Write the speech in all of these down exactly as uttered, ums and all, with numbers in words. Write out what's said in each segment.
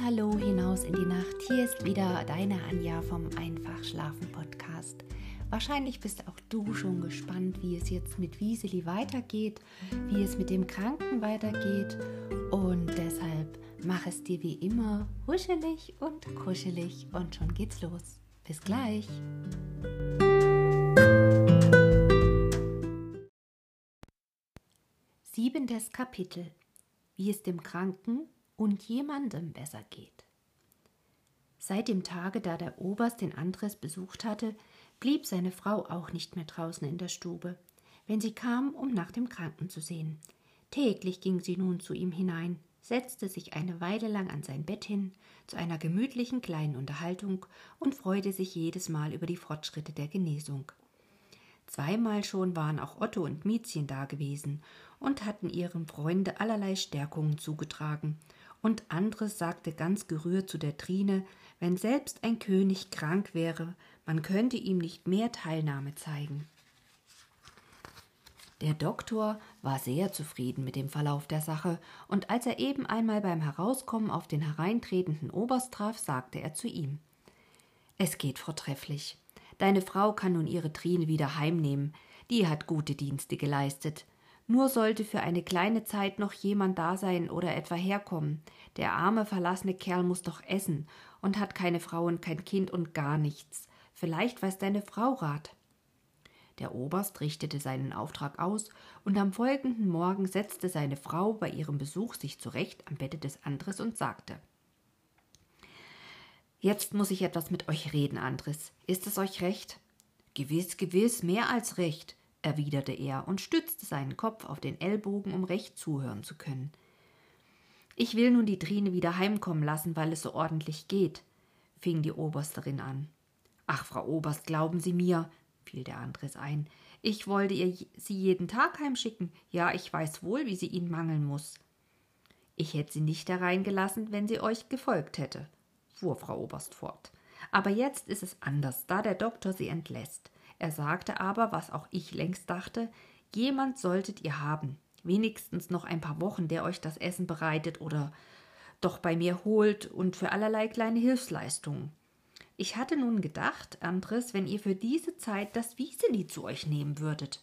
Hallo hinaus in die Nacht. Hier ist wieder deine Anja vom Einfach Schlafen Podcast. Wahrscheinlich bist auch du schon gespannt, wie es jetzt mit Wiseli weitergeht, wie es mit dem Kranken weitergeht. Und deshalb mach es dir wie immer huschelig und kuschelig und schon geht's los. Bis gleich. Siebentes Kapitel. Wie es dem Kranken und jemandem besser geht. Seit dem Tage, da der Oberst den Andres besucht hatte, blieb seine Frau auch nicht mehr draußen in der Stube, wenn sie kam, um nach dem Kranken zu sehen. Täglich ging sie nun zu ihm hinein, setzte sich eine Weile lang an sein Bett hin, zu einer gemütlichen kleinen Unterhaltung und freute sich jedes Mal über die Fortschritte der Genesung. Zweimal schon waren auch Otto und Miezchen da gewesen und hatten ihrem Freunde allerlei Stärkungen zugetragen, und Andres sagte ganz gerührt zu der Trine, wenn selbst ein König krank wäre, man könnte ihm nicht mehr Teilnahme zeigen. Der Doktor war sehr zufrieden mit dem Verlauf der Sache, und als er eben einmal beim Herauskommen auf den hereintretenden Oberst traf, sagte er zu ihm: »Es geht vortrefflich. Deine Frau kann nun ihre Trine wieder heimnehmen, die hat gute Dienste geleistet. Nur sollte für eine kleine Zeit noch jemand da sein oder etwa herkommen. Der arme, verlassene Kerl muss doch essen und hat keine Frau und kein Kind und gar nichts. Vielleicht weiß deine Frau Rat.« Der Oberst richtete seinen Auftrag aus, und am folgenden Morgen setzte seine Frau bei ihrem Besuch sich zurecht am Bette des Andres und sagte: »Jetzt muss ich etwas mit euch reden, Andres. Ist es euch recht?« »Gewiss, gewiss, mehr als recht«, erwiderte er und stützte seinen Kopf auf den Ellbogen, um recht zuhören zu können. »Ich will nun die Trine wieder heimkommen lassen, weil es so ordentlich geht«, fing die Obersterin an. »Ach, Frau Oberst, glauben Sie mir«, fiel der Andres ein, »ich wollte ihr sie jeden Tag heimschicken. Ja, ich weiß wohl, wie sie Ihnen mangeln muss.« »Ich hätte sie nicht hereingelassen, wenn sie euch gefolgt hätte«, fuhr Frau Oberst fort. »Aber jetzt ist es anders, da der Doktor sie entlässt. Er sagte aber, was auch ich längst dachte, jemand solltet ihr haben, wenigstens noch ein paar Wochen, der euch das Essen bereitet oder doch bei mir holt und für allerlei kleine Hilfsleistungen. Ich hatte nun gedacht, Andres, wenn ihr für diese Zeit das Wiseli zu euch nehmen würdet.«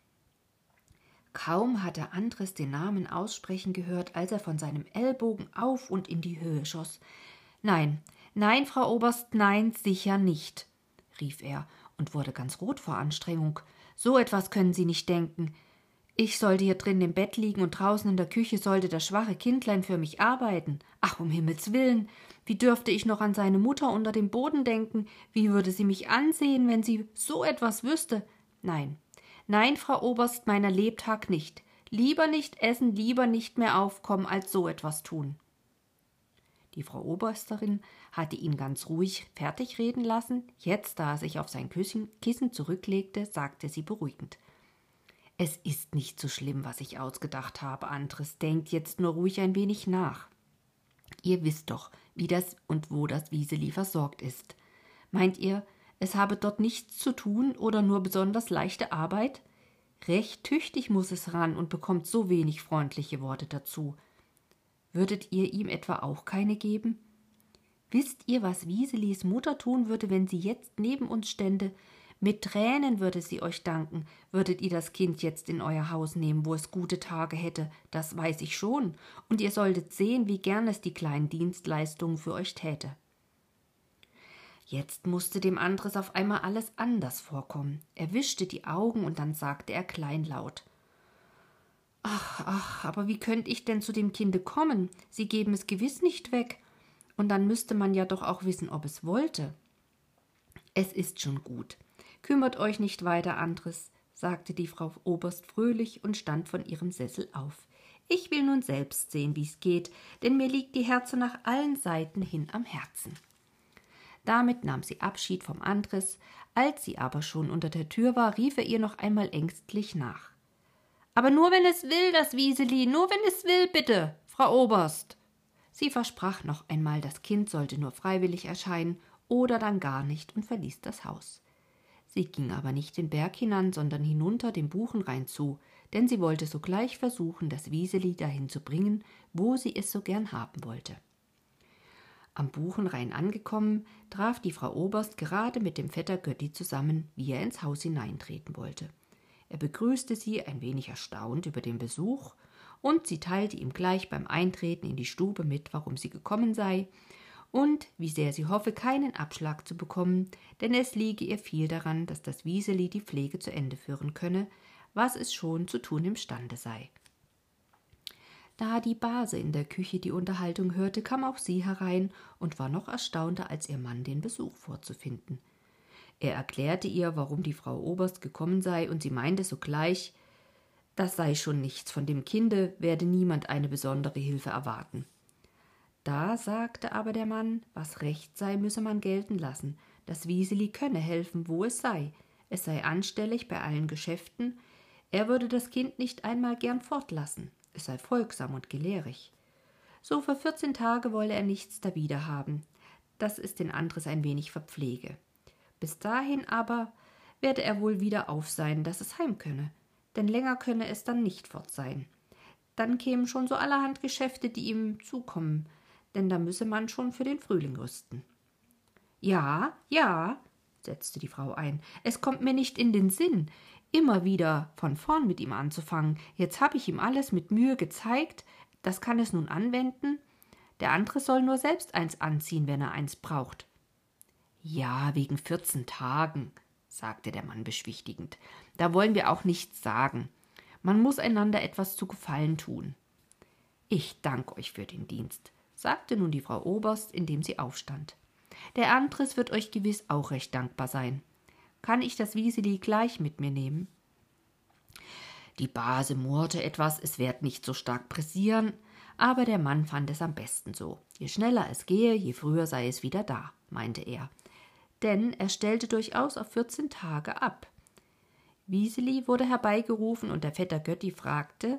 Kaum hatte Andres den Namen aussprechen gehört, als er von seinem Ellbogen auf und in die Höhe schoss. »Nein, nein, Frau Oberst, nein, sicher nicht«, rief er und wurde ganz rot vor Anstrengung. »So etwas können Sie nicht denken. Ich sollte hier drin im Bett liegen und draußen in der Küche sollte das schwache Kindlein für mich arbeiten. Ach, um Himmels willen, wie dürfte ich noch an seine Mutter unter dem Boden denken? Wie würde sie mich ansehen, wenn sie so etwas wüsste? Nein, nein, Frau Oberst, meiner Lebtag nicht. Lieber nicht essen, lieber nicht mehr aufkommen, als so etwas tun.« Die Frau Obersterin hatte ihn ganz ruhig fertig reden lassen. Jetzt, da er sich auf sein Kissen zurücklegte, sagte sie beruhigend: »Es ist nicht so schlimm, was ich ausgedacht habe, Andres. Denkt jetzt nur ruhig ein wenig nach. Ihr wisst doch, wie das und wo das Wiseli versorgt ist. Meint ihr, es habe dort nichts zu tun oder nur besonders leichte Arbeit? Recht tüchtig muss es ran und bekommt so wenig freundliche Worte dazu. Würdet ihr ihm etwa auch keine geben? Wisst ihr, was Wiselis Mutter tun würde, wenn sie jetzt neben uns stände? Mit Tränen würde sie euch danken, würdet ihr das Kind jetzt in euer Haus nehmen, wo es gute Tage hätte, das weiß ich schon, und ihr solltet sehen, wie gern es die kleinen Dienstleistungen für euch täte.« Jetzt musste dem Andres auf einmal alles anders vorkommen. Er wischte die Augen und dann sagte er kleinlaut: »Ach, ach, aber wie könnte ich denn zu dem Kinde kommen? Sie geben es gewiss nicht weg. Und dann müsste man ja doch auch wissen, ob es wollte.« »Es ist schon gut. Kümmert euch nicht weiter, Andres«, sagte die Frau Oberst fröhlich und stand von ihrem Sessel auf. »Ich will nun selbst sehen, wie's geht, denn mir liegt die Herze nach allen Seiten hin am Herzen.« Damit nahm sie Abschied vom Andres. Als sie aber schon unter der Tür war, rief er ihr noch einmal ängstlich nach: »Aber nur, wenn es will, das Wiseli, nur wenn es will, bitte, Frau Oberst.« Sie versprach noch einmal, das Kind sollte nur freiwillig erscheinen oder dann gar nicht und verließ das Haus. Sie ging aber nicht den Berg hinan, sondern hinunter dem Buchenrain zu, denn sie wollte sogleich versuchen, das Wiseli dahin zu bringen, wo sie es so gern haben wollte. Am Buchenrain angekommen, traf die Frau Oberst gerade mit dem Vetter Götti zusammen, wie er ins Haus hineintreten wollte. Er begrüßte sie ein wenig erstaunt über den Besuch, und sie teilte ihm gleich beim Eintreten in die Stube mit, warum sie gekommen sei und wie sehr sie hoffe, keinen Abschlag zu bekommen, denn es liege ihr viel daran, dass das Wiseli die Pflege zu Ende führen könne, was es schon zu tun imstande sei. Da die Base in der Küche die Unterhaltung hörte, kam auch sie herein und war noch erstaunter als ihr Mann, den Besuch vorzufinden. Er erklärte ihr, warum die Frau Oberst gekommen sei, und sie meinte sogleich, das sei schon nichts, von dem Kinde werde niemand eine besondere Hilfe erwarten. Da sagte aber der Mann, was recht sei, müsse man gelten lassen, das Wiseli könne helfen, wo es sei, es sei anstellig bei allen Geschäften, er würde das Kind nicht einmal gern fortlassen, es sei folgsam und gelehrig. So für vierzehn Tage wolle er nichts dawider haben, dass es den Andres ein wenig verpflege. Bis dahin aber werde er wohl wieder auf sein, dass es heim könne, denn länger könne es dann nicht fort sein. Dann kämen schon so allerhand Geschäfte, die ihm zukommen, denn da müsse man schon für den Frühling rüsten. Ja, ja, setzte die Frau ein, es kommt mir nicht in den Sinn, immer wieder von vorn mit ihm anzufangen. Jetzt habe ich ihm alles mit Mühe gezeigt, das kann es nun anwenden. Der andere soll nur selbst eins anziehen, wenn er eins braucht. Ja, wegen vierzehn Tagen, sagte der Mann beschwichtigend. Da wollen wir auch nichts sagen. Man muss einander etwas zu Gefallen tun. Ich danke euch für den Dienst, sagte nun die Frau Oberst, indem sie aufstand. Der Andres wird euch gewiss auch recht dankbar sein. Kann ich das Wiseli gleich mit mir nehmen? Die Base murrte etwas, es werd nicht so stark pressieren, aber der Mann fand es am besten so. Je schneller es gehe, je früher sei es wieder da, meinte er. Denn er stellte durchaus auf vierzehn Tage ab. Wiseli wurde herbeigerufen und der Vetter Götti fragte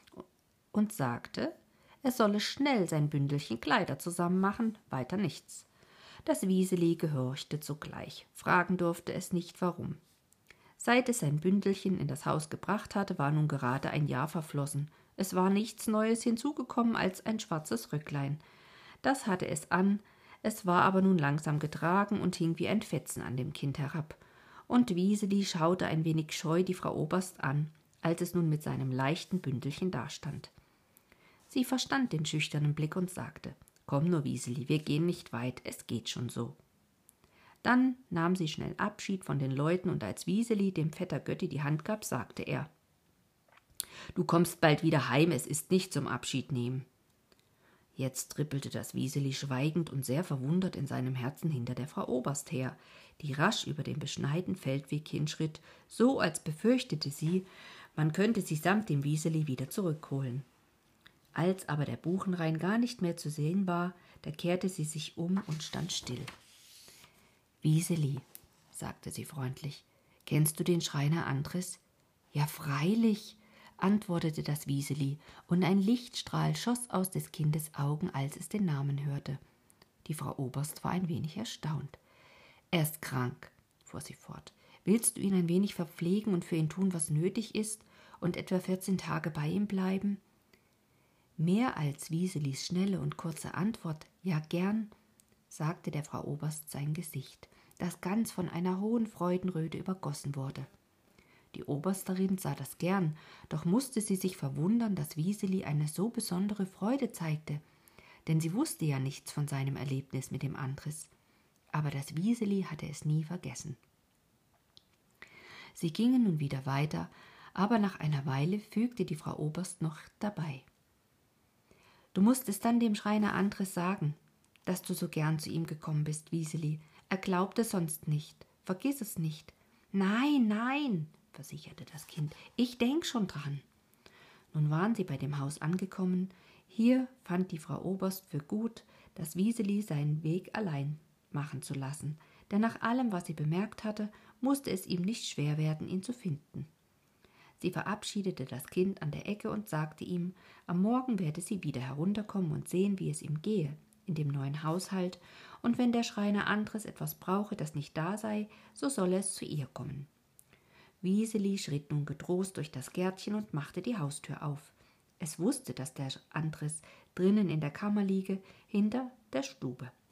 und sagte, er solle schnell sein Bündelchen Kleider zusammen machen, weiter nichts. Das Wiseli gehorchte sogleich, fragen durfte es nicht, warum. Seit es sein Bündelchen in das Haus gebracht hatte, war nun gerade ein Jahr verflossen. Es war nichts Neues hinzugekommen als ein schwarzes Röcklein. Das hatte es an, es war aber nun langsam getragen und hing wie ein Fetzen an dem Kind herab. Und Wiseli schaute ein wenig scheu die Frau Oberst an, als es nun mit seinem leichten Bündelchen dastand. Sie verstand den schüchternen Blick und sagte, »Komm nur, Wiseli, wir gehen nicht weit, es geht schon so.« Dann nahm sie schnell Abschied von den Leuten, und als Wiseli dem Vetter Götti die Hand gab, sagte er, »Du kommst bald wieder heim, es ist nicht zum Abschied nehmen.« Jetzt trippelte das Wiseli schweigend und sehr verwundert in seinem Herzen hinter der Frau Oberst her, die rasch über den beschneiten Feldweg hinschritt, so als befürchtete sie, man könnte sie samt dem Wiseli wieder zurückholen. Als aber der Buchenrain gar nicht mehr zu sehen war, da kehrte sie sich um und stand still. »Wiseli«, sagte sie freundlich, »kennst du den Schreiner Andres?« »Ja, freilich«, antwortete das Wiseli, und ein Lichtstrahl schoss aus des Kindes Augen, als es den Namen hörte. Die Frau Oberst war ein wenig erstaunt. »Er ist krank«, fuhr sie fort. »Willst du ihn ein wenig verpflegen und für ihn tun, was nötig ist, und etwa vierzehn Tage bei ihm bleiben?« Mehr als Wiselis schnelle und kurze Antwort, »Ja, gern«, sagte der Frau Oberst sein Gesicht, das ganz von einer hohen Freudenröte übergossen wurde. Die Obersterin sah das gern, doch musste sie sich verwundern, dass Wiseli eine so besondere Freude zeigte, denn sie wusste ja nichts von seinem Erlebnis mit dem Andres. Aber das Wiseli hatte es nie vergessen. Sie gingen nun wieder weiter, aber nach einer Weile fügte die Frau Oberst noch dabei. »Du musst es dann dem Schreiner Andres sagen, dass du so gern zu ihm gekommen bist, Wiseli. Er glaubt es sonst nicht. Vergiss es nicht.« »Nein, nein«, versicherte das Kind, »ich denk schon dran.« Nun waren sie bei dem Haus angekommen. Hier fand die Frau Oberst für gut, das Wiseli seinen Weg allein machen zu lassen, denn nach allem, was sie bemerkt hatte, musste es ihm nicht schwer werden, ihn zu finden. Sie verabschiedete das Kind an der Ecke und sagte ihm, am Morgen werde sie wieder herunterkommen und sehen, wie es ihm gehe, in dem neuen Haushalt, und wenn der Schreiner Andres etwas brauche, das nicht da sei, so solle es zu ihr kommen. Wiseli schritt nun getrost durch das Gärtchen und machte die Haustür auf. Es wusste, dass der Andres drinnen in der Kammer liege, hinter der Stube.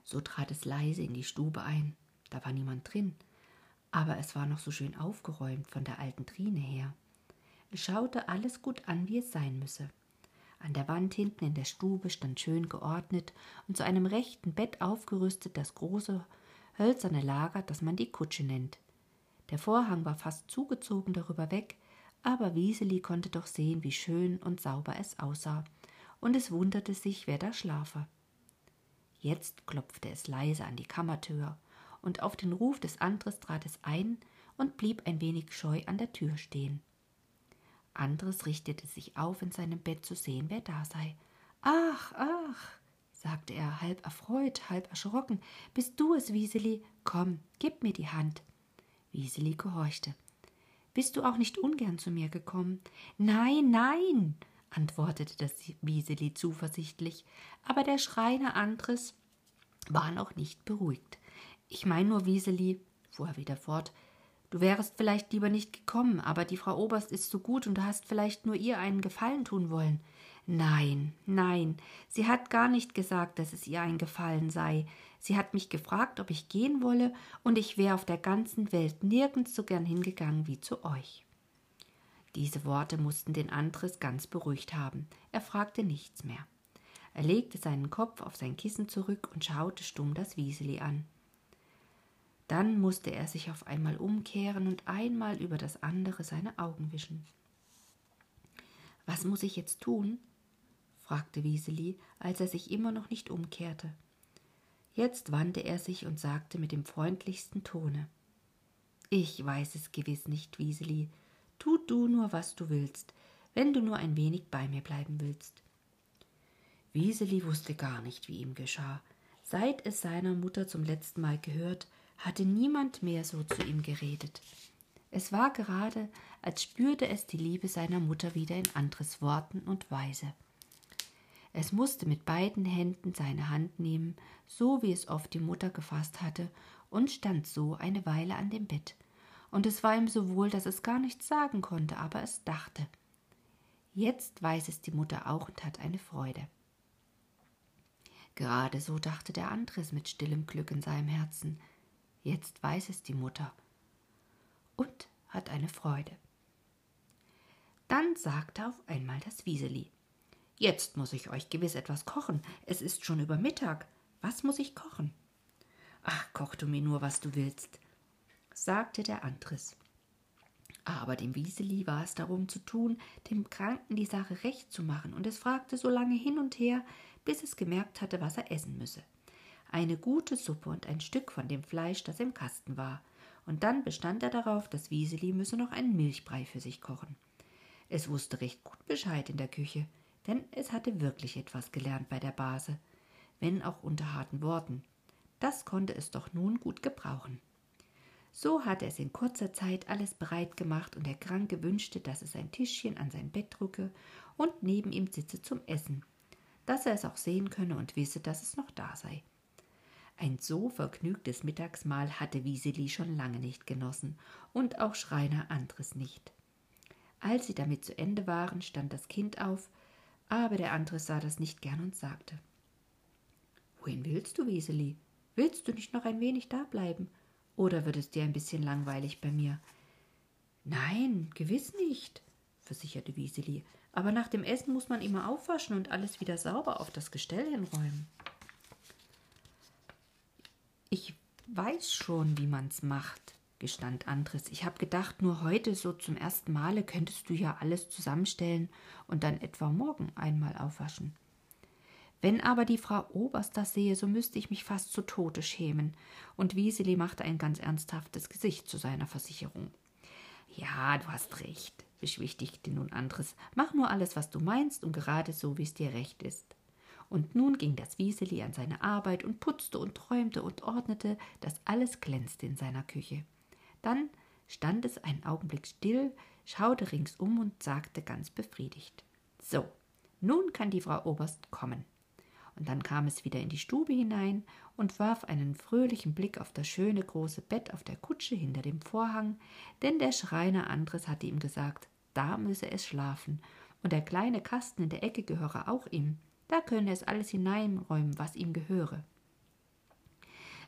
So trat es leise in die Stube ein. Da war niemand drin, aber es war noch so schön aufgeräumt von der alten Trine her. Es schaute alles gut an, wie es sein müsse. An der Wand hinten in der Stube stand schön geordnet und zu einem rechten Bett aufgerüstet das große hölzerne Lager, das man die Kutsche nennt. Der Vorhang war fast zugezogen darüber weg, aber Wiseli konnte doch sehen, wie schön und sauber es aussah, und es wunderte sich, wer da schlafe. Jetzt klopfte es leise an die Kammertür, und auf den Ruf des Andres trat es ein und blieb ein wenig scheu an der Tür stehen. Andres richtete sich auf in seinem Bett zu sehen, wer da sei. »Ach, ach«, sagte er, halb erfreut, halb erschrocken, »bist du es, Wiseli? Komm, gib mir die Hand.« Wiseli gehorchte. »Bist du auch nicht ungern zu mir gekommen?« »Nein, nein«, antwortete das Wiseli zuversichtlich, aber der Schreiner Andres war noch nicht beruhigt. »Ich meine nur, Wiseli«, fuhr er wieder fort, »du wärest vielleicht lieber nicht gekommen, aber die Frau Oberst ist so gut und du hast vielleicht nur ihr einen Gefallen tun wollen.« »Nein, nein, sie hat gar nicht gesagt, dass es ihr ein Gefallen sei. Sie hat mich gefragt, ob ich gehen wolle, und ich wäre auf der ganzen Welt nirgends so gern hingegangen wie zu euch.« Diese Worte mussten den Andres ganz beruhigt haben. Er fragte nichts mehr. Er legte seinen Kopf auf sein Kissen zurück und schaute stumm das Wiseli an. Dann musste er sich auf einmal umkehren und einmal über das andere seine Augen wischen. »Was muss ich jetzt tun?« fragte Wiseli, als er sich immer noch nicht umkehrte. Jetzt wandte er sich und sagte mit dem freundlichsten Tone: »Ich weiß es gewiss nicht, Wiseli. Tu du nur, was du willst, wenn du nur ein wenig bei mir bleiben willst.« Wiseli wusste gar nicht, wie ihm geschah. Seit es seiner Mutter zum letzten Mal gehört, hatte niemand mehr so zu ihm geredet. Es war gerade, als spürte es die Liebe seiner Mutter wieder in Andres Worten und Weise. Es musste mit beiden Händen seine Hand nehmen, so wie es oft die Mutter gefasst hatte, und stand so eine Weile an dem Bett. Und es war ihm so wohl, dass es gar nichts sagen konnte, aber es dachte: Jetzt weiß es die Mutter auch und hat eine Freude. Gerade so dachte der Andres mit stillem Glück in seinem Herzen. Jetzt weiß es die Mutter und hat eine Freude. Dann sagte auf einmal das Wiseli: »Jetzt muss ich euch gewiss etwas kochen. Es ist schon über Mittag. Was muss ich kochen?« »Ach, koch du mir nur, was du willst«, sagte der Andres. Aber dem Wiseli war es darum zu tun, dem Kranken die Sache recht zu machen, und es fragte so lange hin und her, bis es gemerkt hatte, was er essen müsse. Eine gute Suppe und ein Stück von dem Fleisch, das im Kasten war. Und dann bestand er darauf, das Wiseli müsse noch einen Milchbrei für sich kochen. Es wusste recht gut Bescheid in der Küche, denn es hatte wirklich etwas gelernt bei der Base, wenn auch unter harten Worten. Das konnte es doch nun gut gebrauchen. So hatte es in kurzer Zeit alles bereit gemacht, und der Kranke wünschte, dass es ein Tischchen an sein Bett rücke und neben ihm sitze zum Essen, dass er es auch sehen könne und wisse, dass es noch da sei. Ein so vergnügtes Mittagsmahl hatte Wiseli schon lange nicht genossen und auch Schreiner Andres nicht. Als sie damit zu Ende waren, stand das Kind auf, aber der Andres sah das nicht gern und sagte: »Wohin willst du, Wiseli? Willst du nicht noch ein wenig da bleiben? Oder wird es dir ein bisschen langweilig bei mir?« »Nein, gewiss nicht«, versicherte Wiseli, »aber nach dem Essen muss man immer aufwaschen und alles wieder sauber auf das Gestell hinräumen.« »Ich weiß schon, wie man's macht«, gestand Andres. »Ich habe gedacht, nur heute so zum ersten Male könntest du ja alles zusammenstellen und dann etwa morgen einmal aufwaschen. Wenn aber die Frau Oberst das sehe, so müsste ich mich fast zu Tode schämen.« Und Wiseli machte ein ganz ernsthaftes Gesicht zu seiner Versicherung. »Ja, du hast recht«, beschwichtigte nun Andres. »Mach nur alles, was du meinst, und gerade so, wie es dir recht ist.« Und nun ging das Wiseli an seine Arbeit und putzte und träumte und ordnete, dass alles glänzte in seiner Küche. Dann stand es einen Augenblick still, schaute ringsum und sagte ganz befriedigt: »So, nun kann die Frau Oberst kommen.« Und dann kam es wieder in die Stube hinein und warf einen fröhlichen Blick auf das schöne große Bett auf der Kutsche hinter dem Vorhang, denn der Schreiner Andres hatte ihm gesagt, da müsse es schlafen, und der kleine Kasten in der Ecke gehöre auch ihm. Da könne es alles hineinräumen, was ihm gehöre.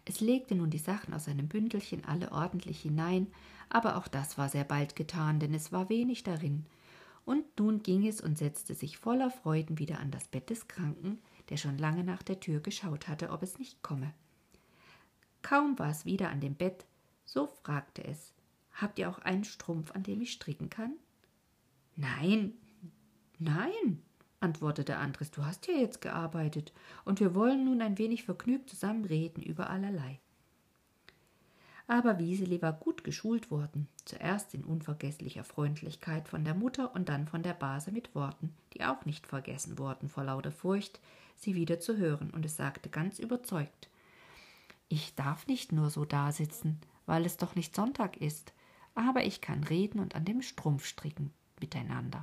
Es legte nun die Sachen aus seinem Bündelchen alle ordentlich hinein, aber auch das war sehr bald getan, denn es war wenig darin. Und nun ging es und setzte sich voller Freuden wieder an das Bett des Kranken, der schon lange nach der Tür geschaut hatte, ob es nicht komme. Kaum war es wieder an dem Bett, so fragte es: »Habt ihr auch einen Strumpf, an dem ich stricken kann?« »Nein, nein«, antwortete Andres, »du hast ja jetzt gearbeitet, und wir wollen nun ein wenig vergnügt zusammen reden über allerlei.« Aber Wiseli war gut geschult worden, zuerst in unvergesslicher Freundlichkeit von der Mutter und dann von der Base mit Worten, die auch nicht vergessen wurden vor lauter Furcht, sie wieder zu hören, und es sagte ganz überzeugt: »Ich darf nicht nur so dasitzen, weil es doch nicht Sonntag ist, aber ich kann reden und an dem Strumpf stricken miteinander.«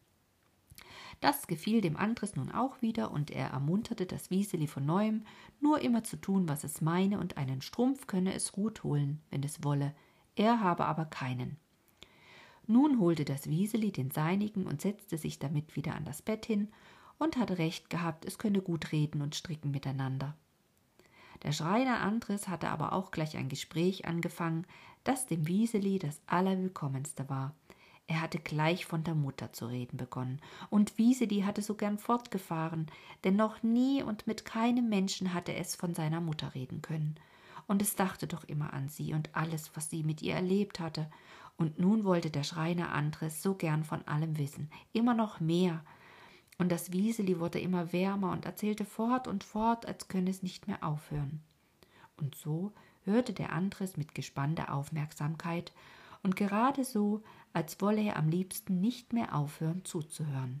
Das gefiel dem Andres nun auch wieder, und er ermunterte das Wiseli von neuem, nur immer zu tun, was es meine, und einen Strumpf könne es gut holen, wenn es wolle, er habe aber keinen. Nun holte das Wiseli den seinigen und setzte sich damit wieder an das Bett hin und hatte recht gehabt, es könne gut reden und stricken miteinander. Der Schreiner Andres hatte aber auch gleich ein Gespräch angefangen, das dem Wiseli das Allerwillkommenste war. Er hatte gleich von der Mutter zu reden begonnen, und Wiseli hatte so gern fortgefahren, denn noch nie und mit keinem Menschen hatte es von seiner Mutter reden können. Und es dachte doch immer an sie und alles, was sie mit ihr erlebt hatte. Und nun wollte der Schreiner Andres so gern von allem wissen, immer noch mehr. Und das Wiseli wurde immer wärmer und erzählte fort und fort, als könne es nicht mehr aufhören. Und so hörte der Andres mit gespannter Aufmerksamkeit und gerade so, als wolle er am liebsten nicht mehr aufhören zuzuhören.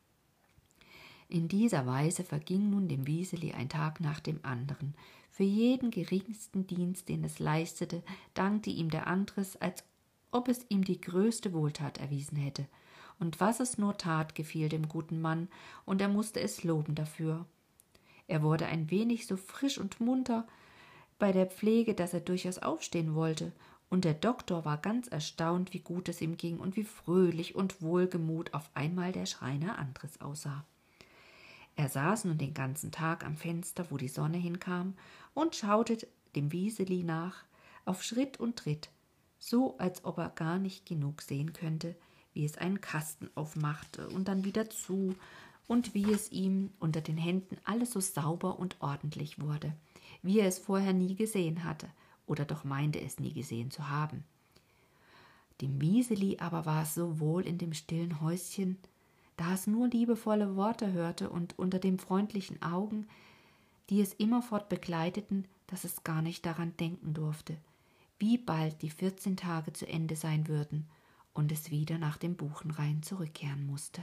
In dieser Weise verging nun dem Wiseli ein Tag nach dem anderen. Für jeden geringsten Dienst, den es leistete, dankte ihm der Andres, als ob es ihm die größte Wohltat erwiesen hätte. Und was es nur tat, gefiel dem guten Mann, und er musste es loben dafür. Er wurde ein wenig so frisch und munter bei der Pflege, dass er durchaus aufstehen wollte, und der Doktor war ganz erstaunt, wie gut es ihm ging und wie fröhlich und wohlgemut auf einmal der Schreiner Andres aussah. Er saß nun den ganzen Tag am Fenster, wo die Sonne hinkam, und schaute dem Wiseli nach, auf Schritt und Tritt, so als ob er gar nicht genug sehen könnte, wie es einen Kasten aufmachte und dann wieder zu, und wie es ihm unter den Händen alles so sauber und ordentlich wurde, wie er es vorher nie gesehen hatte, oder doch meinte es nie gesehen zu haben. Dem Wiseli aber war es so wohl in dem stillen Häuschen, da es nur liebevolle Worte hörte und unter den freundlichen Augen, die es immerfort begleiteten, dass es gar nicht daran denken durfte, wie bald die vierzehn Tage zu Ende sein würden und es wieder nach dem Buchenrain zurückkehren musste.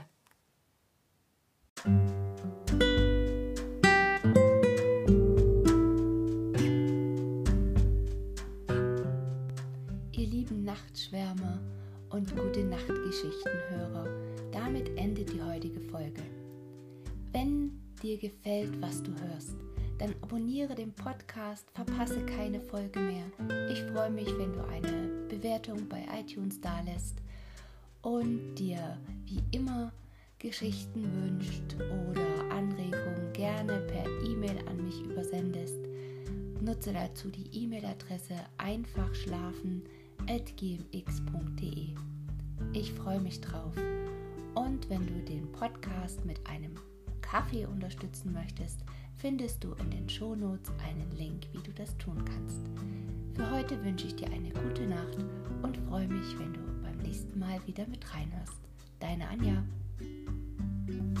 Ihr lieben Nachtschwärmer und Gute-Nacht-Geschichtenhörer, damit endet die heutige Folge. Wenn dir gefällt, was du hörst, dann abonniere den Podcast, verpasse keine Folge mehr. Ich freue mich, wenn du eine Bewertung bei iTunes dalässt und dir wie immer Geschichten wünscht oder Anregungen gerne per E-Mail an mich übersendest. Nutze dazu die E-Mail-Adresse einfachschlafen at g m x punkt d e. Ich freue mich drauf. Und wenn du den Podcast mit einem Kaffee unterstützen möchtest, findest du in den Shownotes einen Link, wie du das tun kannst. Für heute wünsche ich dir eine gute Nacht und freue mich, wenn du beim nächsten Mal wieder mit reinhörst. Deine Anja.